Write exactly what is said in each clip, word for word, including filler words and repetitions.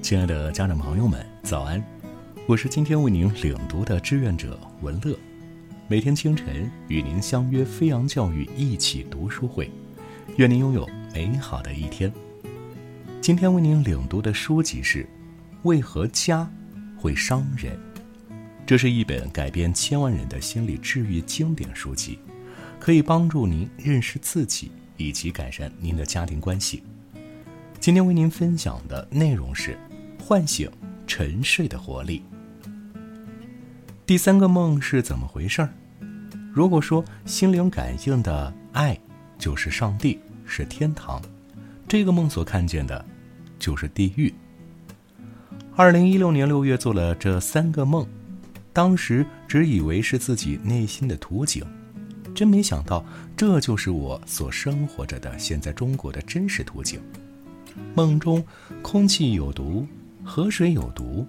亲爱的家长朋友们，早安！我是今天为您领读的志愿者文乐，每天清晨与您相约飞扬教育一起读书会，愿您拥有美好的一天。今天为您领读的书籍是《为何家会伤人》，这是一本改编千万人的心理治愈经典书籍，可以帮助您认识自己以及改善您的家庭关系。今天为您分享的内容是唤醒沉睡的活力。第三个梦是怎么回事？如果说心灵感应的爱就是上帝，是天堂，这个梦所看见的就是地狱。二零一六年六月做了这三个梦，当时只以为是自己内心的图景，真没想到这就是我所生活着的现在中国的真实图景。梦中空气有毒，河水有毒，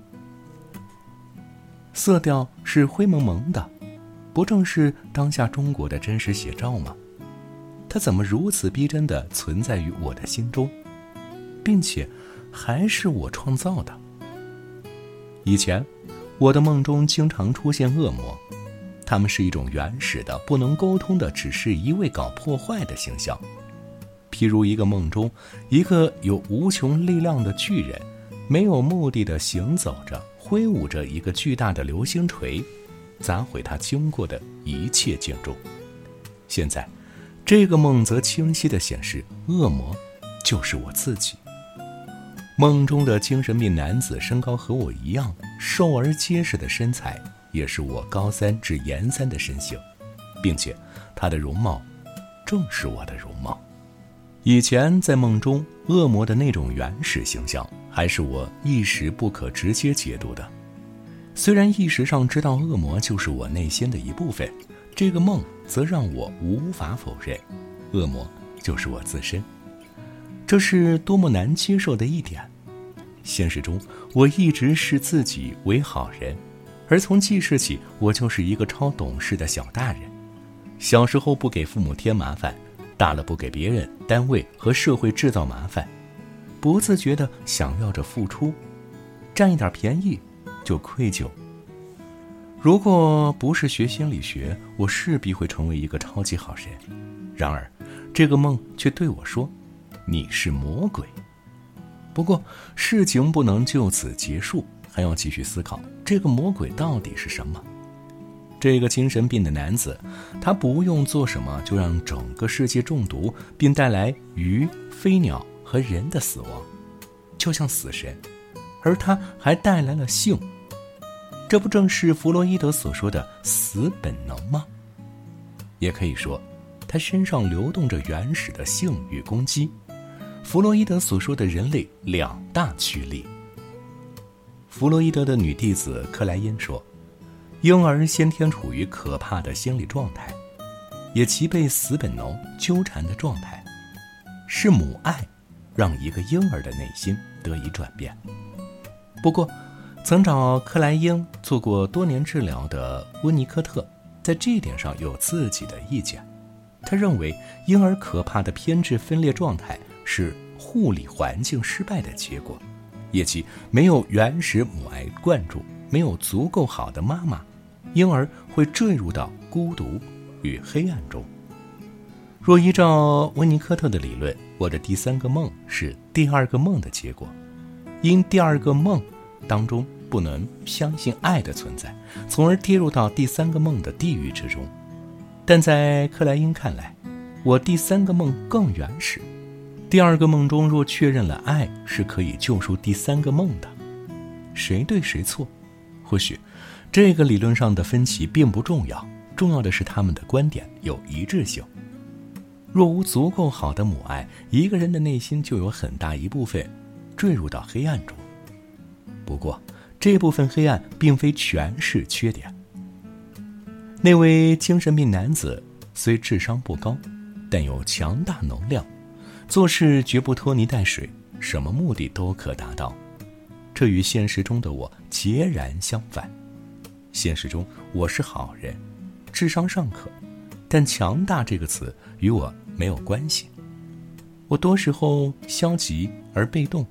色调是灰蒙蒙的，不正是当下中国的真实写照吗？它怎么如此逼真地存在于我的心中，并且还是我创造的？以前我的梦中经常出现恶魔，他们是一种原始的不能沟通的，只是一味搞破坏的形象。譬如一个梦中，一个有无穷力量的巨人没有目的地行走着，挥舞着一个巨大的流星锤，砸毁他经过的一切建筑。现在这个梦则清晰地显示，恶魔就是我自己。梦中的精神病男子身高和我一样，瘦而结实的身材也是我高三至研三的身形，并且他的容貌正是我的容貌。以前在梦中，恶魔的那种原始形象还是我一时不可直接解读的。虽然意识上知道恶魔就是我内心的一部分，这个梦则让我无法否认，恶魔就是我自身。这是多么难接受的一点。现实中，我一直视自己为好人，而从记事起，我就是一个超懂事的小大人。小时候不给父母添麻烦，大了不给别人、单位和社会制造麻烦，不自觉地想要着付出，占一点便宜就愧疚。如果不是学心理学，我势必会成为一个超级好人。然而，这个梦却对我说，你是魔鬼。不过，事情不能就此结束，还要继续思考，这个魔鬼到底是什么？这个精神病的男子，他不用做什么就让整个世界中毒，并带来鱼、飞鸟和人的死亡，就像死神。而他还带来了性，这不正是弗洛伊德所说的死本能吗？也可以说，他身上流动着原始的性与攻击，弗洛伊德所说的人类两大驱力。弗洛伊德的女弟子克莱因说，婴儿先天处于可怕的心理状态，也其被死本能纠缠的状态，是母爱让一个婴儿的内心得以转变。不过，曾找克莱因做过多年治疗的温尼科特在这一点上有自己的意见。他认为婴儿可怕的偏执分裂状态是护理环境失败的结果，也即没有原始母爱灌注，没有足够好的妈妈，婴儿会坠入到孤独与黑暗中。若依照温尼科特的理论，我的第三个梦是第二个梦的结果，因第二个梦当中不能相信爱的存在，从而跌入到第三个梦的地狱之中。但在克莱因看来，我第三个梦更原始。第二个梦中若确认了爱是可以救赎第三个梦的，谁对谁错？或许这个理论上的分歧并不重要，重要的是他们的观点有一致性。若无足够好的母爱，一个人的内心就有很大一部分坠入到黑暗中。不过，这部分黑暗并非全是缺点。那位精神病男子虽智商不高，但有强大能量，做事绝不拖泥带水，什么目的都可达到。这与现实中的我截然相反。现实中我是好人，智商尚可，但强大这个词与我没有关系。我多时候消极而被动，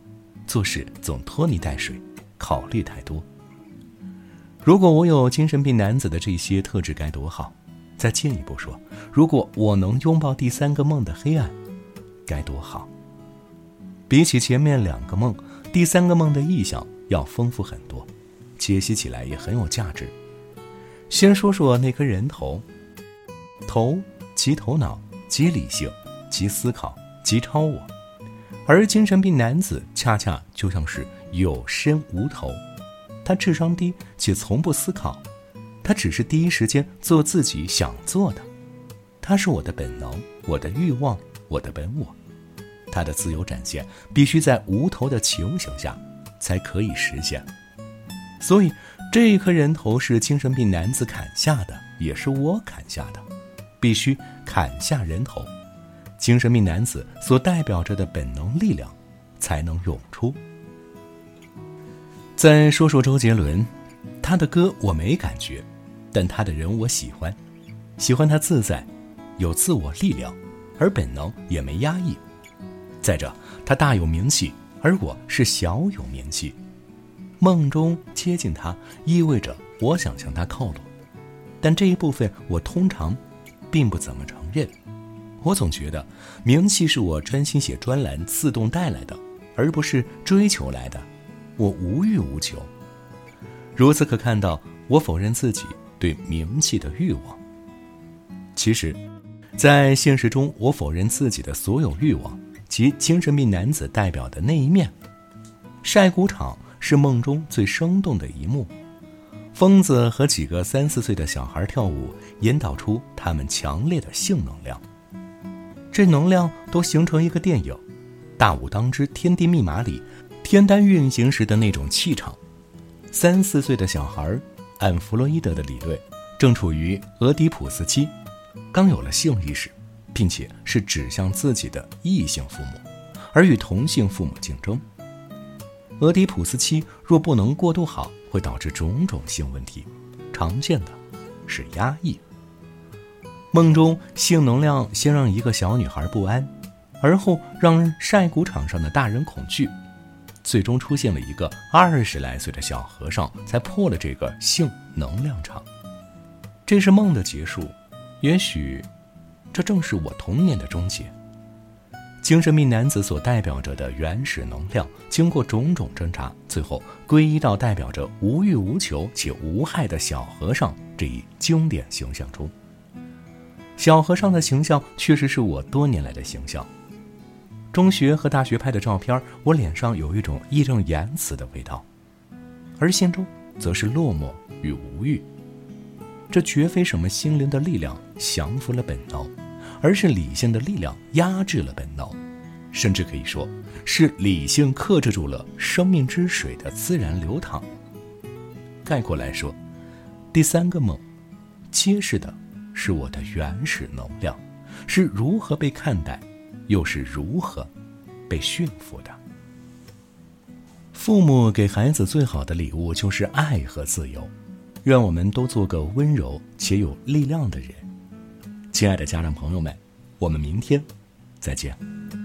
做事总拖泥带水，考虑太多。如果我有精神病男子的这些特质该多好。再进一步说，如果我能拥抱第三个梦的黑暗，该多好。比起前面两个梦，第三个梦的意象要丰富很多，解析起来也很有价值。先说说那颗人头，头即头脑，即理性，即思考，即超我。而精神病男子恰恰就像是有身无头，他智商低且从不思考，他只是第一时间做自己想做的。他是我的本能，我的欲望，我的本我。他的自由展现必须在无头的情形下才可以实现。所以这一颗人头是精神病男子砍下的，也是我砍下的，必须砍下人头，精神病男子所代表着的本能力量才能涌出。再说说周杰伦，他的歌我没感觉，但他的人我喜欢，喜欢他自在，有自我力量，而本能也没压抑。再者，他大有名气，而我是小有名气。梦中接近他，意味着我想向他靠拢，但这一部分我通常并不怎么承认。我总觉得名气是我专心写专栏自动带来的，而不是追求来的。我无欲无求。如此可看到，我否认自己对名气的欲望。其实，在现实中，我否认自己的所有欲望及精神病男子代表的那一面。晒谷场是梦中最生动的一幕，疯子和几个三四岁的小孩跳舞，引导出他们强烈的性能量。这能量都形成一个电影《大武当之天地密码》里天丹运行时的那种气场。三四岁的小孩按弗洛伊德的理论，正处于俄狄浦斯期，刚有了性意识，并且是指向自己的异性父母，而与同性父母竞争。俄狄浦斯期若不能过渡好，会导致种种性问题，常见的是压抑。梦中性能量先让一个小女孩不安，而后让晒谷场上的大人恐惧，最终出现了一个二十来岁的小和尚，才破了这个性能量场。这是梦的结束，也许这正是我童年的终结。精神病男子所代表着的原始能量，经过种种挣扎，最后归一到代表着无欲无求且无害的小和尚这一经典形象中。小和尚的形象确实是我多年来的形象。中学和大学拍的照片，我脸上有一种义正言辞的味道，而心中则是落寞与无欲。这绝非什么心灵的力量降服了本能，而是理性的力量压制了本能，甚至可以说是理性克制住了生命之水的自然流淌。概括来说，第三个梦揭示的是我的原始能量是如何被看待，又是如何被驯服的。父母给孩子最好的礼物就是爱和自由，愿我们都做个温柔且有力量的人。亲爱的家长朋友们，我们明天再见。